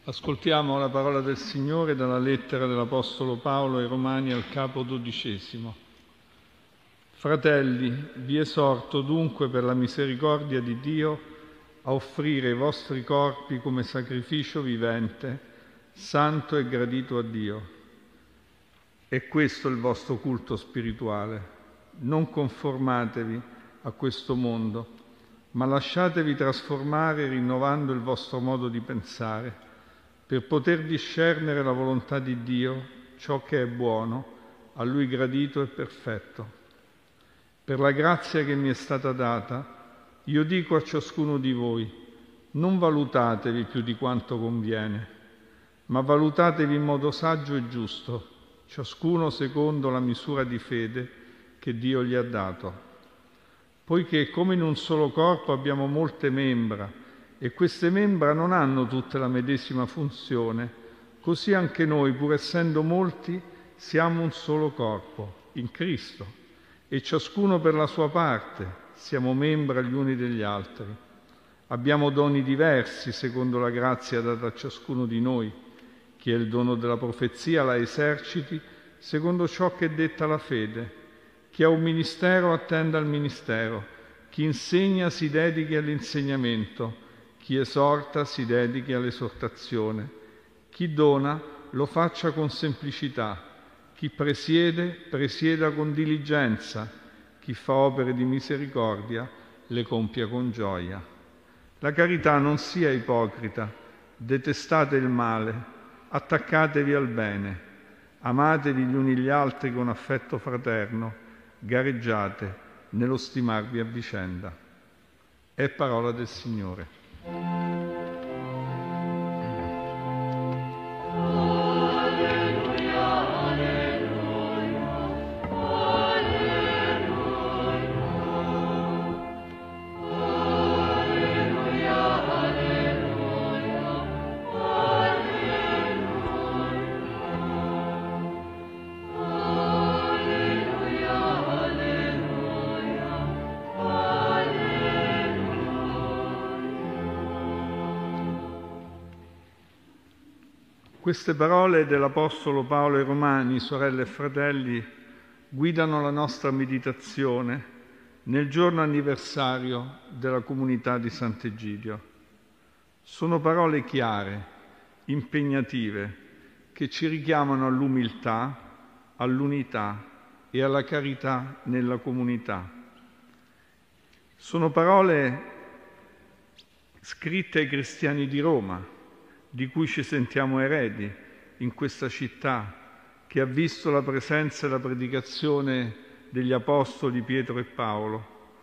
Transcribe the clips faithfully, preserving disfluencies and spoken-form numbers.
Ascoltiamo la parola del Signore dalla lettera dell'Apostolo Paolo ai Romani al capo dodicesimo. Fratelli, vi esorto dunque per la misericordia di Dio a offrire i vostri corpi come sacrificio vivente, santo e gradito a Dio. È questo il vostro culto spirituale. Non conformatevi a questo mondo, ma lasciatevi trasformare rinnovando il vostro modo di pensare, per poter discernere la volontà di Dio, ciò che è buono, a Lui gradito e perfetto. Per la grazia che mi è stata data, io dico a ciascuno di voi, non valutatevi più di quanto conviene, ma valutatevi in modo saggio e giusto, ciascuno secondo la misura di fede che Dio gli ha dato. Poiché come in un solo corpo abbiamo molte membra, e queste membra non hanno tutte la medesima funzione, così anche noi, pur essendo molti, siamo un solo corpo, in Cristo, e ciascuno per la sua parte, siamo membra gli uni degli altri. Abbiamo doni diversi secondo la grazia data a ciascuno di noi. Chi ha il dono della profezia la eserciti secondo ciò che detta la fede. Chi ha un ministero attenda al ministero. Chi insegna si dedichi all'insegnamento. Chi esorta si dedichi all'esortazione. Chi dona lo faccia con semplicità. Chi presiede, presieda con diligenza. Chi fa opere di misericordia, le compia con gioia. La carità non sia ipocrita. Detestate il male. Attaccatevi al bene. Amatevi gli uni gli altri con affetto fraterno. Gareggiate nello stimarvi a vicenda. È parola del Signore. Queste parole dell'Apostolo Paolo ai Romani, sorelle e fratelli, guidano la nostra meditazione nel giorno anniversario della comunità di Sant'Egidio. Sono parole chiare, impegnative, che ci richiamano all'umiltà, all'unità e alla carità nella comunità. Sono parole scritte ai cristiani di Roma, di cui ci sentiamo eredi in questa città che ha visto la presenza e la predicazione degli apostoli Pietro e Paolo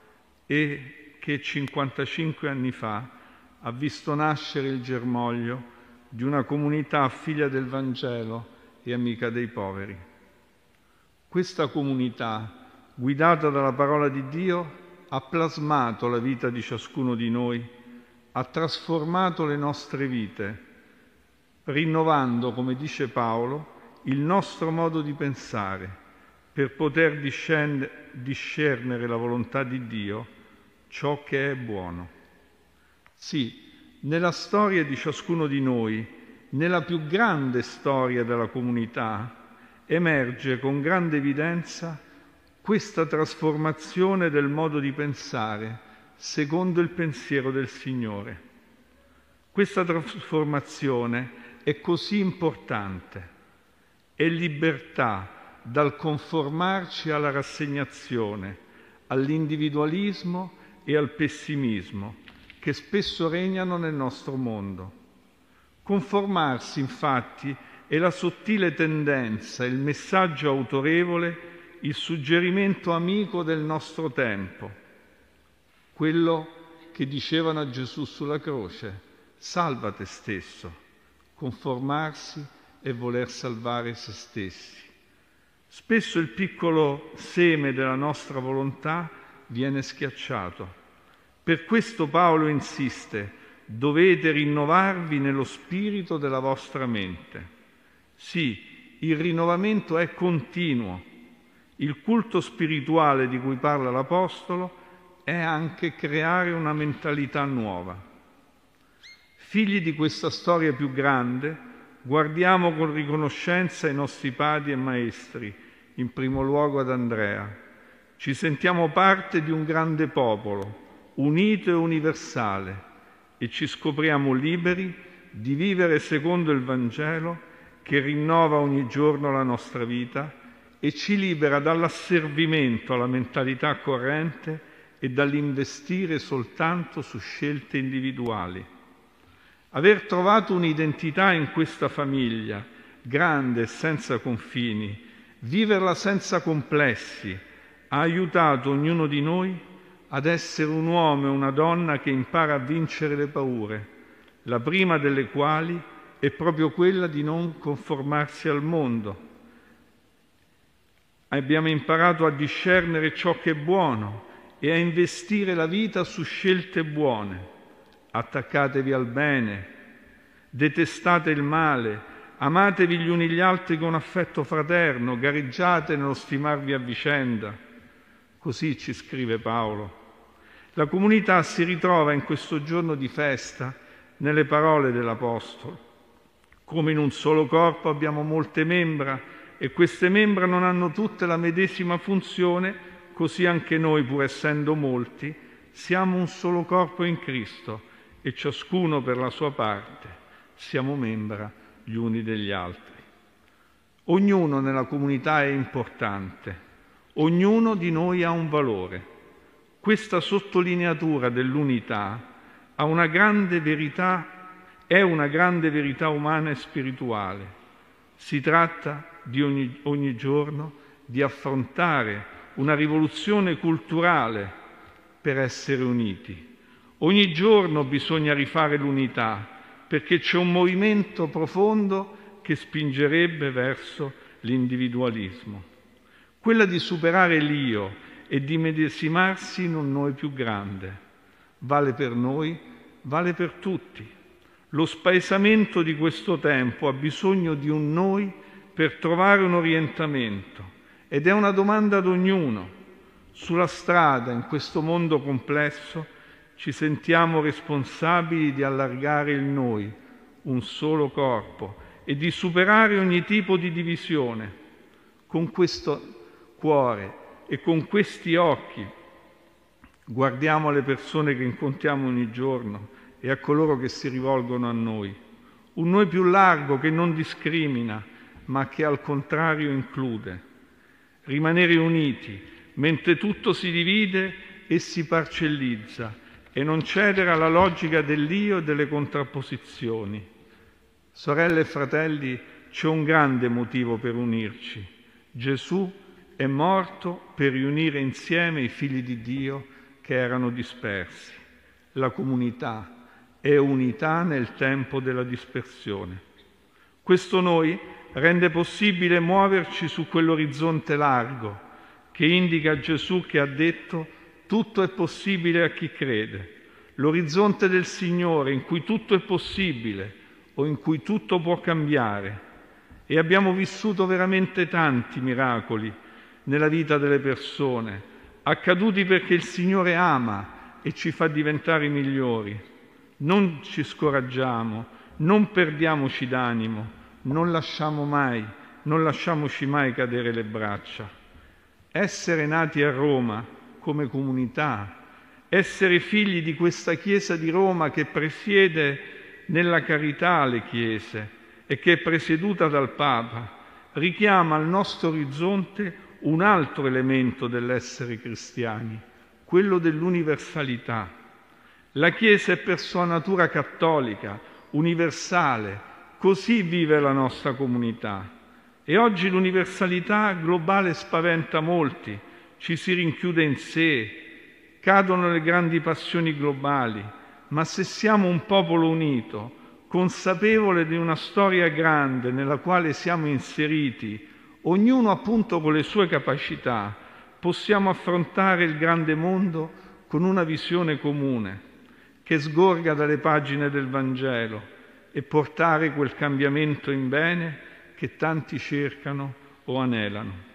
e che cinquantacinque anni fa ha visto nascere il germoglio di una comunità figlia del Vangelo e amica dei poveri. Questa comunità, guidata dalla parola di Dio, ha plasmato la vita di ciascuno di noi, ha trasformato le nostre vite, rinnovando, come dice Paolo, il nostro modo di pensare per poter discernere la volontà di Dio, ciò che è buono. Sì, nella storia di ciascuno di noi, nella più grande storia della comunità, emerge con grande evidenza questa trasformazione del modo di pensare secondo il pensiero del Signore. Questa trasformazione è così importante, è libertà dal conformarci alla rassegnazione, all'individualismo e al pessimismo che spesso regnano nel nostro mondo. Conformarsi, infatti, è la sottile tendenza, il messaggio autorevole, il suggerimento amico del nostro tempo, quello che dicevano a Gesù sulla croce: salva te stesso. Conformarsi e voler salvare se stessi. Spesso il piccolo seme della nostra volontà viene schiacciato. Per questo Paolo insiste: dovete rinnovarvi nello spirito della vostra mente. Sì, il rinnovamento è continuo. Il culto spirituale di cui parla l'Apostolo è anche creare una mentalità nuova. Figli di questa storia più grande, guardiamo con riconoscenza i nostri padri e maestri, in primo luogo ad Andrea. Ci sentiamo parte di un grande popolo, unito e universale, e ci scopriamo liberi di vivere secondo il Vangelo che rinnova ogni giorno la nostra vita e ci libera dall'asservimento alla mentalità corrente e dall'investire soltanto su scelte individuali. Aver trovato un'identità in questa famiglia, grande e senza confini, viverla senza complessi, ha aiutato ognuno di noi ad essere un uomo e una donna che impara a vincere le paure, la prima delle quali è proprio quella di non conformarsi al mondo. Abbiamo imparato a discernere ciò che è buono e a investire la vita su scelte buone. Attaccatevi al bene, detestate il male, amatevi gli uni gli altri con affetto fraterno, gareggiate nello stimarvi a vicenda. Così ci scrive Paolo. La comunità si ritrova in questo giorno di festa nelle parole dell'Apostolo. Come in un solo corpo abbiamo molte membra e queste membra non hanno tutte la medesima funzione, così anche noi, pur essendo molti, siamo un solo corpo in Cristo e ciascuno per la sua parte siamo membra gli uni degli altri. Ognuno nella comunità è importante, ognuno di noi ha un valore. Questa sottolineatura dell'unità ha una grande verità, è una grande verità umana e spirituale. Si tratta di ogni, ogni giorno di affrontare una rivoluzione culturale per essere uniti. Ogni giorno bisogna rifare l'unità, perché c'è un movimento profondo che spingerebbe verso l'individualismo. Quella di superare l'io e di medesimarsi in un noi più grande. Vale per noi, vale per tutti. Lo spaesamento di questo tempo ha bisogno di un noi per trovare un orientamento ed è una domanda ad ognuno. Sulla strada, in questo mondo complesso, ci sentiamo responsabili di allargare il noi, un solo corpo, e di superare ogni tipo di divisione. Con questo cuore e con questi occhi guardiamo le persone che incontriamo ogni giorno e a coloro che si rivolgono a noi. Un noi più largo che non discrimina, ma che al contrario include. Rimanere uniti, mentre tutto si divide e si parcellizza, e non cedere alla logica dell'io e delle contrapposizioni. Sorelle e fratelli, c'è un grande motivo per unirci. Gesù è morto per riunire insieme i figli di Dio che erano dispersi. La comunità è unità nel tempo della dispersione. Questo noi rende possibile muoverci su quell'orizzonte largo che indica Gesù che ha detto tutto è possibile a chi crede. L'orizzonte del Signore in cui tutto è possibile o in cui tutto può cambiare. E abbiamo vissuto veramente tanti miracoli nella vita delle persone, accaduti perché il Signore ama e ci fa diventare migliori. Non ci scoraggiamo, non perdiamoci d'animo, non lasciamo mai, non lasciamoci mai cadere le braccia. Essere nati a Roma come comunità, essere figli di questa Chiesa di Roma che presiede nella carità le chiese e che è presieduta dal Papa, richiama al nostro orizzonte un altro elemento dell'essere cristiani, quello dell'universalità. La Chiesa è per sua natura cattolica, universale, così vive la nostra comunità. E oggi l'universalità globale spaventa molti, ci si rinchiude in sé, cadono le grandi passioni globali, ma se siamo un popolo unito, consapevole di una storia grande nella quale siamo inseriti, ognuno appunto con le sue capacità, possiamo affrontare il grande mondo con una visione comune, che sgorga dalle pagine del Vangelo e portare quel cambiamento in bene che tanti cercano o anelano.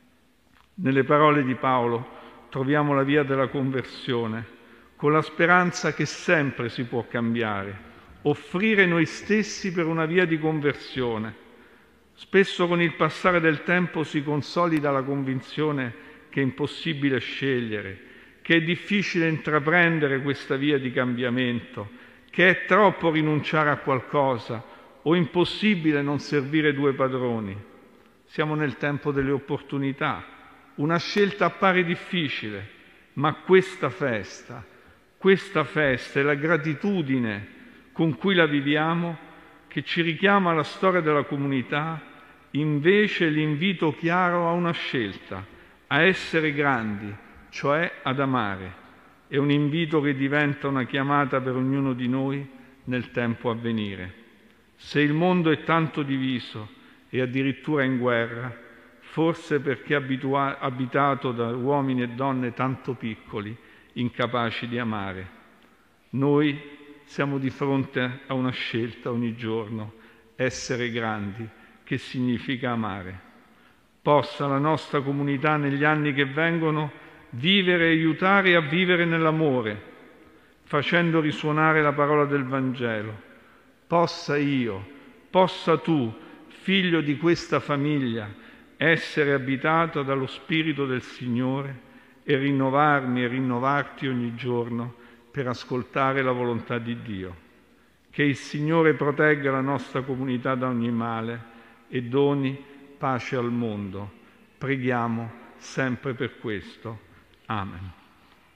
Nelle parole di Paolo troviamo la via della conversione, con la speranza che sempre si può cambiare, offrire noi stessi per una via di conversione. Spesso con il passare del tempo si consolida la convinzione che è impossibile scegliere, che è difficile intraprendere questa via di cambiamento, che è troppo rinunciare a qualcosa o impossibile non servire due padroni. Siamo nel tempo delle opportunità. Una scelta appare difficile, ma questa festa, questa festa e la gratitudine con cui la viviamo, che ci richiama alla storia della comunità, invece l'invito chiaro a una scelta, a essere grandi, cioè ad amare. È un invito che diventa una chiamata per ognuno di noi nel tempo a venire. Se il mondo è tanto diviso e addirittura in guerra, forse perché abitua- abitato da uomini e donne tanto piccoli, incapaci di amare. Noi siamo di fronte a una scelta ogni giorno, essere grandi, che significa amare. Possa la nostra comunità negli anni che vengono vivere e aiutare a vivere nell'amore, facendo risuonare la parola del Vangelo. Possa io, possa tu, figlio di questa famiglia, essere abitato dallo Spirito del Signore e rinnovarmi e rinnovarti ogni giorno per ascoltare la volontà di Dio. Che il Signore protegga la nostra comunità da ogni male e doni pace al mondo. Preghiamo sempre per questo. Amen.